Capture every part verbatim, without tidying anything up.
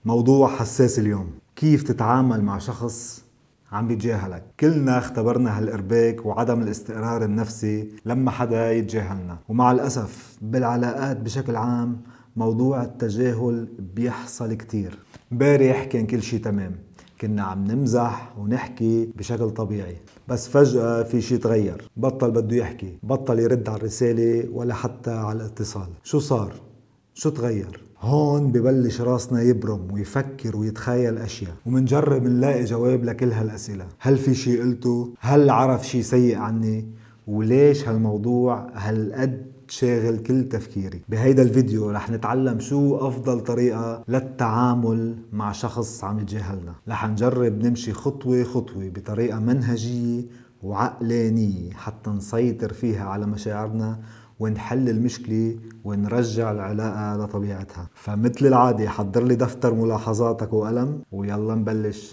موضوع حساس اليوم. كيف تتعامل مع شخص عم بيتجاهلك؟ كلنا اختبرنا هالارباك وعدم الاستقرار النفسي لما حدا يتجاهلنا، ومع الأسف بالعلاقات بشكل عام موضوع التجاهل بيحصل كتير. امبارح كان كل شي تمام، كنا عم نمزح ونحكي بشكل طبيعي، بس فجأة في شي تغير. بطل بده يحكي، بطل يرد على الرسالة ولا حتى على الاتصال. شو صار؟ شو تغير؟ هون ببلش راسنا يبرم ويفكر ويتخيل أشياء، ومنجرب نلاقي جواب لكل هالأسئلة. هل في شي قلته؟ هل عرف شي سيء عني؟ وليش هالموضوع هالقد شاغل كل تفكيري؟ بهيدا الفيديو رح نتعلم شو أفضل طريقة للتعامل مع شخص عم يتجاهلنا. رح نجرب نمشي خطوة خطوة بطريقة منهجية وعقلانية حتى نسيطر فيها على مشاعرنا ونحل المشكلة ونرجع العلاقة لطبيعتها. فمثل العادة حضر لي دفتر ملاحظاتك وقلم ويلا نبلش.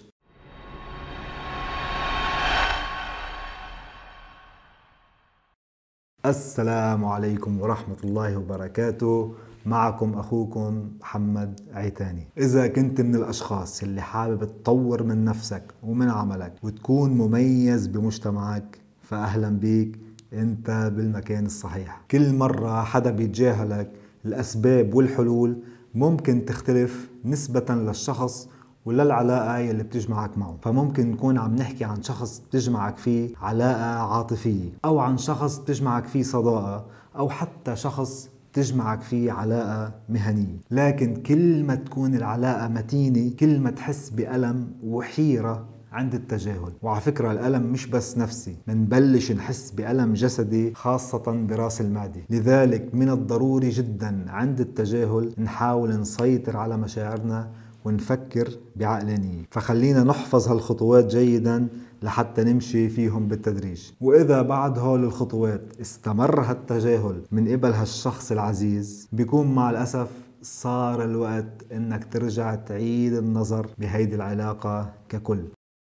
السلام عليكم ورحمة الله وبركاته. معكم أخوكم محمد عيتاني. إذا كنت من الأشخاص اللي حابب تطور من نفسك ومن عملك وتكون مميز بمجتمعك فأهلا بيك، انت بالمكان الصحيح. كل مرة حدا بيتجاهلك الأسباب والحلول ممكن تختلف نسبة للشخص وللعلاقة يلي بتجمعك معه. فممكن نكون عم نحكي عن شخص بتجمعك فيه علاقة عاطفية، أو عن شخص بتجمعك فيه صداقة، أو حتى شخص تجمعك فيه علاقة مهنية. لكن كل ما تكون العلاقة متينة كل ما تحس بألم وحيرة عند التجاهل. وعلى فكرة الألم مش بس نفسي، منبلش نحس بألم جسدي خاصة براس المعدة. لذلك من الضروري جدا عند التجاهل نحاول نسيطر على مشاعرنا ونفكر بعقلانية. فخلينا نحفظ هالخطوات جيدا لحتى نمشي فيهم بالتدريج. وإذا بعد هول الخطوات استمر هالتجاهل من قبل هالشخص العزيز، بيكون مع الأسف صار الوقت إنك ترجع تعيد النظر بهيدي العلاقة ككل.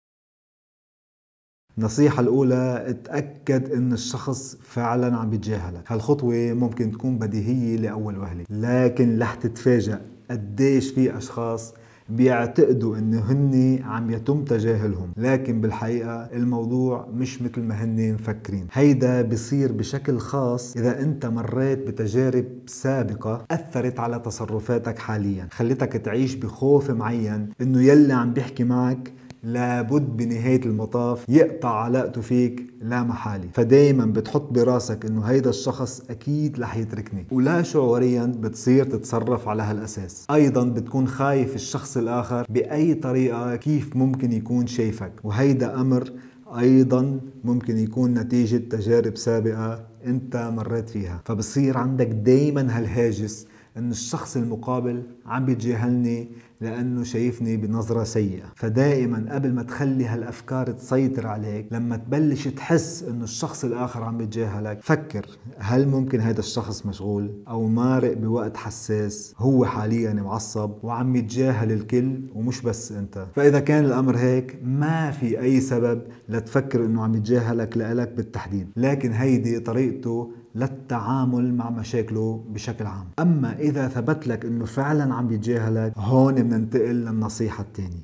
النصيحة الأولى، اتأكد إن الشخص فعلا عم بيتجاهلك. هالخطوة ممكن تكون بديهية لأول وهلة، لكن رح تتفاجأ قديش في أشخاص بيعتقدوا إنه هن عم يتم تجاهلهم، لكن بالحقيقة الموضوع مش مثل ما هن مفكرين. هيدا بيصير بشكل خاص إذا أنت مريت بتجارب سابقة أثرت على تصرفاتك حاليا، خلتك تعيش بخوف معين إنه يلي عم بيحكي معك لابد بنهاية المطاف يقطع علاقته فيك لا محالي. فدايما بتحط براسك انه هيدا الشخص اكيد رح يتركني، ولا شعوريا بتصير تتصرف على هالاساس. ايضا بتكون خايف الشخص الاخر باي طريقة كيف ممكن يكون شايفك، وهيدا امر ايضا ممكن يكون نتيجة تجارب سابقة انت مريت فيها. فبصير عندك دايما هالهاجس ان الشخص المقابل عم بيتجاهلني لانه شايفني بنظرة سيئة. فدائما قبل ما تخلي هالافكار تسيطر عليك، لما تبلش تحس انه الشخص الاخر عم بيتجاهلك، فكر هل ممكن هذا الشخص مشغول او مارق بوقت حساس، هو حاليا معصب وعم يتجاهل الكل ومش بس انت. فاذا كان الامر هيك ما في اي سبب لتفكر انه عم يتجاهلك لإلك بالتحديد، لكن هيدي طريقته للتعامل مع مشاكله بشكل عام. أما إذا ثبت لك أنه فعلا عم بيتجاهلك، هون بننتقل للنصيحة الثانية.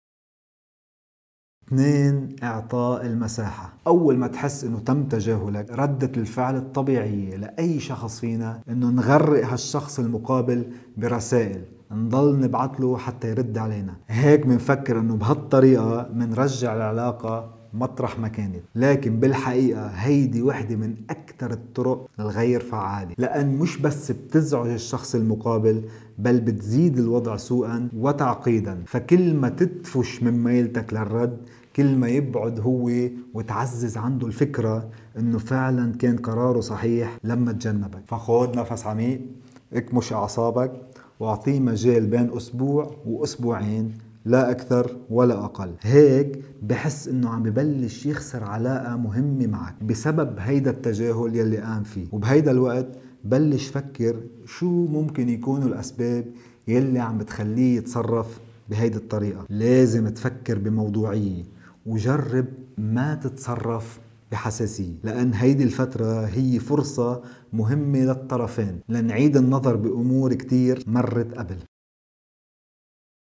اثنين، اعطاء المساحة. اول ما تحس انه تم تجاهلك، ردة الفعل الطبيعية لأي شخص فينا انه نغرق هالشخص المقابل برسائل، نضل نبعث له حتى يرد علينا. هيك منفكر انه بهالطريقة منرجع العلاقة مطرح ما كانت، لكن بالحقيقة هيدي وحدة من أكثر الطرق الغير فعالة، لأن مش بس بتزعج الشخص المقابل بل بتزيد الوضع سوءا وتعقيدا. فكل ما تدفش من ميلتك للرد، كل ما يبعد هو وتعزز عنده الفكرة انه فعلا كان قراره صحيح لما تجنبك. فخذ نفس عميق، اكمش اعصابك، واعطيه مجال بين اسبوع واسبوعين، لا أكثر ولا أقل. هيك بحس إنه عم ببلش يخسر علاقة مهمة معك بسبب هيدا التجاهل يلي قام فيه. وبهيدا الوقت بلش فكر شو ممكن يكونوا الأسباب يلي عم بتخليه يتصرف بهيدي الطريقة. لازم تفكر بموضوعية وجرب ما تتصرف بحساسية، لأن هيدي الفترة هي فرصة مهمة للطرفين لنعيد النظر بأمور كتير مرت قبل.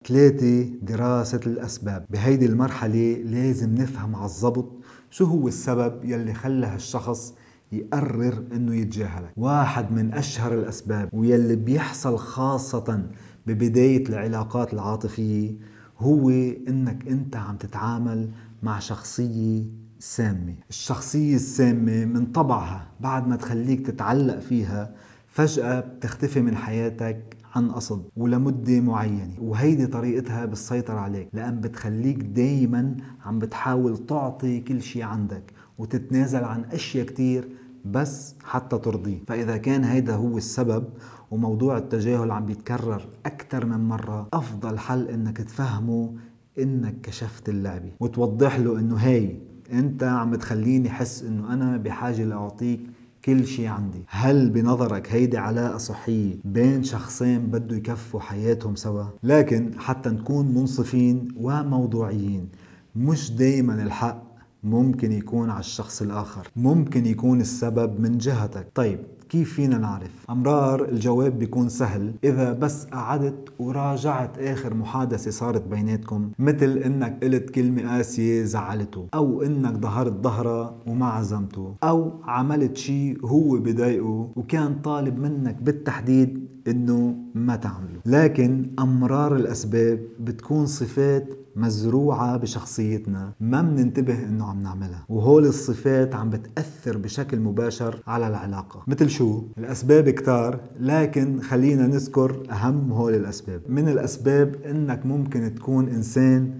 ثلاثة، دراسة الأسباب. بهيدي المرحلة لازم نفهم على الضبط شو هو السبب يلي خلى هالشخص يقرر انه يتجاهلك. واحد من اشهر الاسباب ويلي بيحصل خاصة ببداية العلاقات العاطفية هو انك انت عم تتعامل مع شخصية سامة. الشخصية السامة من طبعها بعد ما تخليك تتعلق فيها فجأة بتختفي من حياتك عن قصد ولمدة معينة، وهيدي طريقتها بالسيطرة عليك، لأن بتخليك دايما عم بتحاول تعطي كل شي عندك وتتنازل عن أشياء كتير بس حتى ترضيه. فإذا كان هيدا هو السبب وموضوع التجاهل عم بيتكرر أكثر من مرة، أفضل حل إنك تفهمه إنك كشفت اللعبة وتوضح له إنه هاي أنت عم تخليني حس إنه أنا بحاجة لأعطيك كل شي عندي. هل بنظرك هيدي علاقة صحية بين شخصين بده يكفوا حياتهم سوا؟ لكن حتى نكون منصفين وموضوعيين، مش دايما الحق ممكن يكون على الشخص الآخر، ممكن يكون السبب من جهتك. طيب كيف فينا نعرف؟ أمرار الجواب بيكون سهل إذا بس قعدت وراجعت آخر محادثة صارت بيناتكم، مثل إنك قلت كلمة قاسية زعلته، أو إنك ظهرت ظهره وما عزمته، أو عملت شي هو بضايقه وكان طالب منك بالتحديد إنه ما تعمله. لكن أمرار الأسباب بتكون صفات مزروعة بشخصيتنا ما مننتبه انه عم نعملها، وهول الصفات عم بتأثر بشكل مباشر على العلاقة. مثل شو؟ الأسباب كتار، لكن خلينا نذكر أهم هول الأسباب. من الأسباب انك ممكن تكون إنسان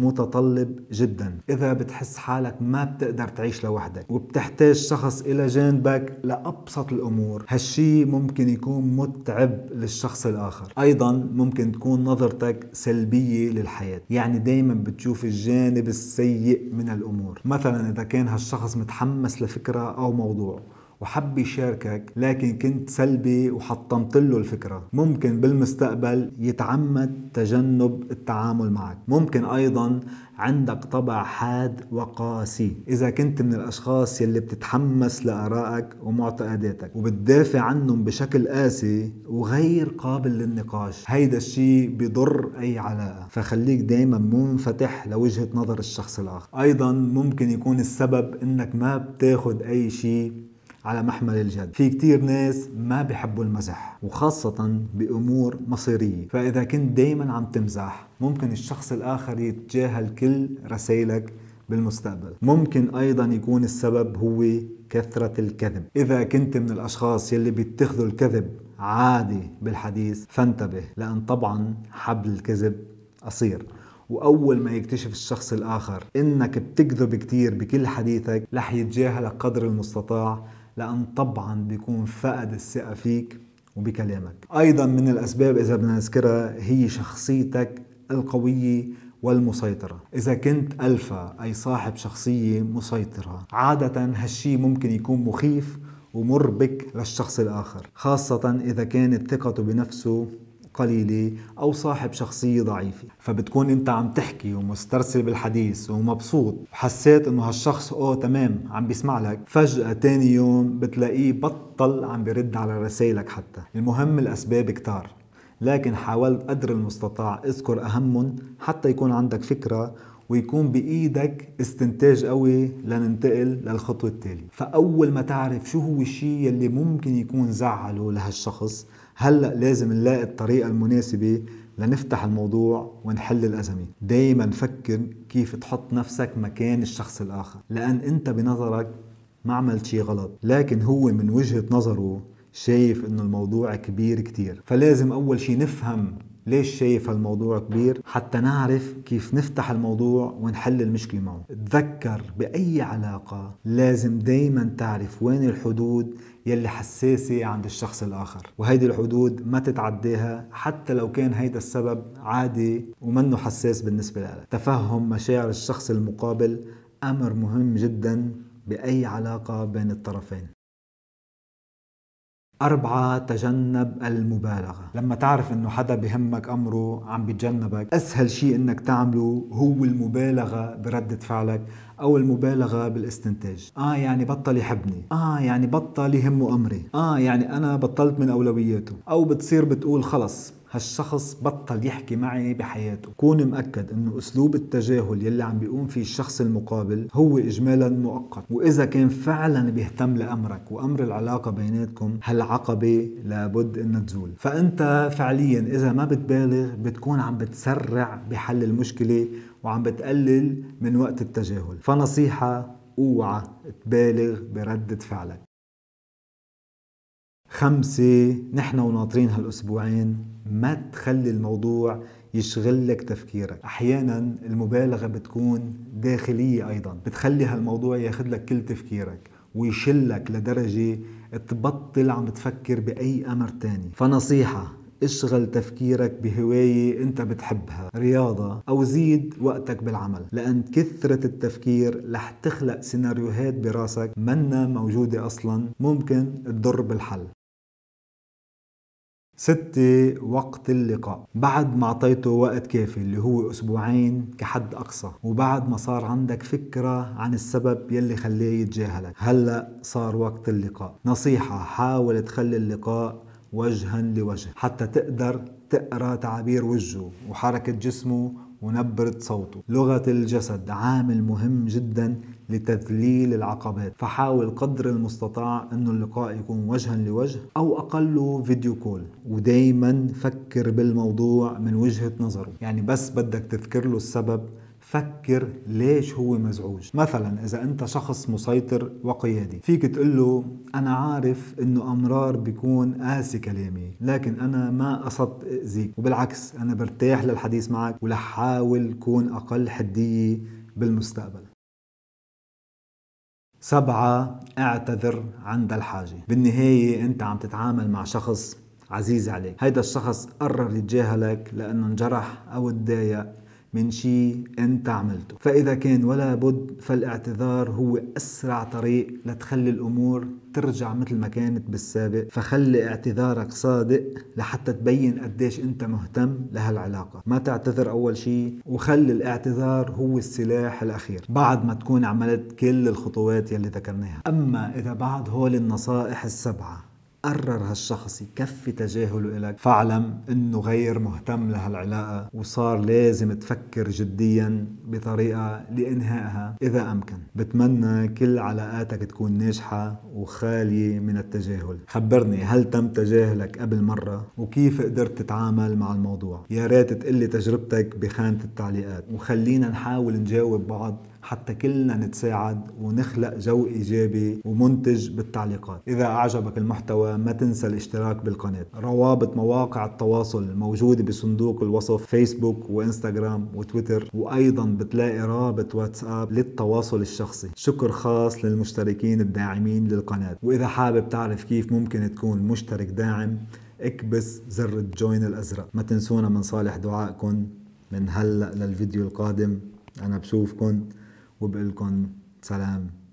متطلب جدا. إذا بتحس حالك ما بتقدر تعيش لوحدك وبتحتاج شخص إلى جانبك لأبسط الأمور، هالشي ممكن يكون متعب للشخص الآخر. أيضا ممكن تكون نظرتك سلبية للحياة، يعني دايما بتشوف الجانب السيء من الأمور. مثلا إذا كان هالشخص متحمس لفكرة أو موضوع وحب يشاركك لكن كنت سلبي وحطمت له الفكرة، ممكن بالمستقبل يتعمد تجنب التعامل معك. ممكن أيضا عندك طبع حاد وقاسي، إذا كنت من الأشخاص يلي بتتحمس لآرائك ومعتقداتك وبتدافع عنهم بشكل قاسي وغير قابل للنقاش، هيدا الشيء بيضر أي علاقة، فخليك دايما منفتح لوجهة نظر الشخص الآخر. أيضا ممكن يكون السبب إنك ما بتاخد أي شيء على محمل الجد. في كتير ناس ما بيحبوا المزح وخاصة بأمور مصيرية، فإذا كنت دايما عم تمزح ممكن الشخص الآخر يتجاهل كل رسائلك بالمستقبل. ممكن أيضا يكون السبب هو كثرة الكذب. إذا كنت من الأشخاص يلي بيتخذوا الكذب عادي بالحديث فانتبه، لأن طبعا حبل الكذب قصير، وأول ما يكتشف الشخص الآخر إنك بتكذب كتير بكل حديثك رح يتجاهلك قدر المستطاع، لأن طبعا بيكون فقد الثقة فيك وبكلامك. أيضا من الأسباب إذا بدنا نذكرها هي شخصيتك القوية والمسيطرة. إذا كنت ألفا أي صاحب شخصية مسيطرة، عادة هالشي ممكن يكون مخيف ومربك للشخص الآخر، خاصة إذا كانت ثقته بنفسه قليلة أو صاحب شخصية ضعيفة. فبتكون أنت عم تحكي ومسترسل بالحديث ومبسوط وحسيت أنه هالشخص أوه تمام عم بيسمع لك، فجأة تاني يوم بتلاقيه بطل عم بيرد على رسائلك حتى. المهم الأسباب كتار، لكن حاولت قدر المستطاع اذكر أهمهم حتى يكون عندك فكرة ويكون بإيدك استنتاج قوي لننتقل للخطوة التالية. فأول ما تعرف شو هو الشيء اللي ممكن يكون زعله لهالشخص، هلأ لازم نلاقي الطريقة المناسبة لنفتح الموضوع ونحل الأزمة. دايما فكر كيف تحط نفسك مكان الشخص الآخر، لأن أنت بنظرك ما عملت شيء غلط، لكن هو من وجهة نظره شايف إنه الموضوع كبير كتير. فلازم أول شيء نفهم ليش شايف هالموضوع كبير حتى نعرف كيف نفتح الموضوع ونحل المشكلة معه. تذكر بأي علاقة لازم دايما تعرف وين الحدود يلي حساسة عند الشخص الآخر، وهيدي الحدود ما تتعديها حتى لو كان هيدا السبب عادي ومنه حساس بالنسبة لك. تفهم مشاعر الشخص المقابل أمر مهم جدا بأي علاقة بين الطرفين. أربعة، تجنب المبالغة. لما تعرف إنه حدا بهمك أمره عم بيتجنبك، أسهل شيء إنك تعمله هو المبالغة بردة فعلك أو المبالغة بالاستنتاج. آه يعني بطل يحبني، آه يعني بطل يهمه أمري، آه يعني أنا بطلت من أولوياته. أو بتصير بتقول خلص هالشخص بطل يحكي معي بحياته. كون مأكد انه اسلوب التجاهل يلي عم بيقوم فيه الشخص المقابل هو اجمالا مؤقت، واذا كان فعلا بيهتم لامرك وامر العلاقة بيناتكم هالعقبة لابد انها تزول. فانت فعليا اذا ما بتبالغ بتكون عم بتسرع بحل المشكلة وعم بتقلل من وقت التجاهل. فنصيحة، اوعى تبالغ بردة فعلك. خمسة، نحن وناطرين هالأسبوعين ما تخلي الموضوع يشغل لك تفكيرك. أحيانا المبالغة بتكون داخلية أيضا، بتخلي هالموضوع ياخد لك كل تفكيرك ويشلك لدرجة تبطل عم تفكر بأي أمر تاني. فنصيحة، اشغل تفكيرك بهواية انت بتحبها، رياضة او زيد وقتك بالعمل، لان كثرة التفكير رح تخلق سيناريوهات براسك منا موجودة اصلا ممكن تضر بالحل. ستة، وقت اللقاء. بعد ما اعطيته وقت كافي اللي هو اسبوعين كحد اقصى، وبعد ما صار عندك فكرة عن السبب يلي خليه يتجاهلك، هلأ صار وقت اللقاء. نصيحة، حاول تخلي اللقاء وجها لوجه حتى تقدر تقرأ تعابير وجهه وحركة جسمه ونبرة صوته. لغة الجسد عامل مهم جدا لتذليل العقبات، فحاول قدر المستطاع انه اللقاء يكون وجها لوجه او اقله فيديو كول، ودايما فكر بالموضوع من وجهة نظره. يعني بس بدك تذكر له السبب، فكر ليش هو مزعوج. مثلا اذا انت شخص مسيطر وقيادي فيك تقول له انا عارف انه امرار بيكون قاسي كلامي، لكن انا ما قصدت اذيك، وبالعكس انا برتاح للحديث معك ورح حاول كون اقل حدية بالمستقبل. سبعة، اعتذر عند الحاجة. بالنهاية انت عم تتعامل مع شخص عزيز عليك، هيدا الشخص قرر يتجاهلك لانه انجرح او تضايق من شيء انت عملته، فاذا كان ولا بد فالاعتذار هو اسرع طريق لتخلي الامور ترجع مثل ما كانت بالسابق. فخلي اعتذارك صادق لحتى تبين قديش انت مهتم لهالعلاقة. ما تعتذر اول شيء، وخلي الاعتذار هو السلاح الاخير بعد ما تكون عملت كل الخطوات يلي ذكرناها. اما اذا بعد هول النصائح السبعة قرر هالشخص يكفي تجاهله إلك، فاعلم انه غير مهتم لهالعلاقة وصار لازم تفكر جديا بطريقة لإنهائها إذا أمكن. بتمنى كل علاقاتك تكون ناجحة وخالية من التجاهل. خبرني هل تم تجاهلك قبل مرة وكيف قدرت تتعامل مع الموضوع؟ يا ريت تقلي تجربتك بخانة التعليقات، وخلينا نحاول نجاوب بعض حتى كلنا نتساعد ونخلق جو إيجابي ومنتج بالتعليقات. إذا أعجبك المحتوى ما تنسى الاشتراك بالقناة. روابط مواقع التواصل موجودة بصندوق الوصف، فيسبوك وإنستغرام وتويتر، وأيضا بتلاقي رابط واتساب للتواصل الشخصي. شكر خاص للمشتركين الداعمين للقناة. وإذا حابب تعرف كيف ممكن تكون مشترك داعم اكبس زر الجوين الأزرق. ما تنسونا من صالح دعائكم من هلأ للفيديو القادم. أنا بشوفكن وبقلكن سلام.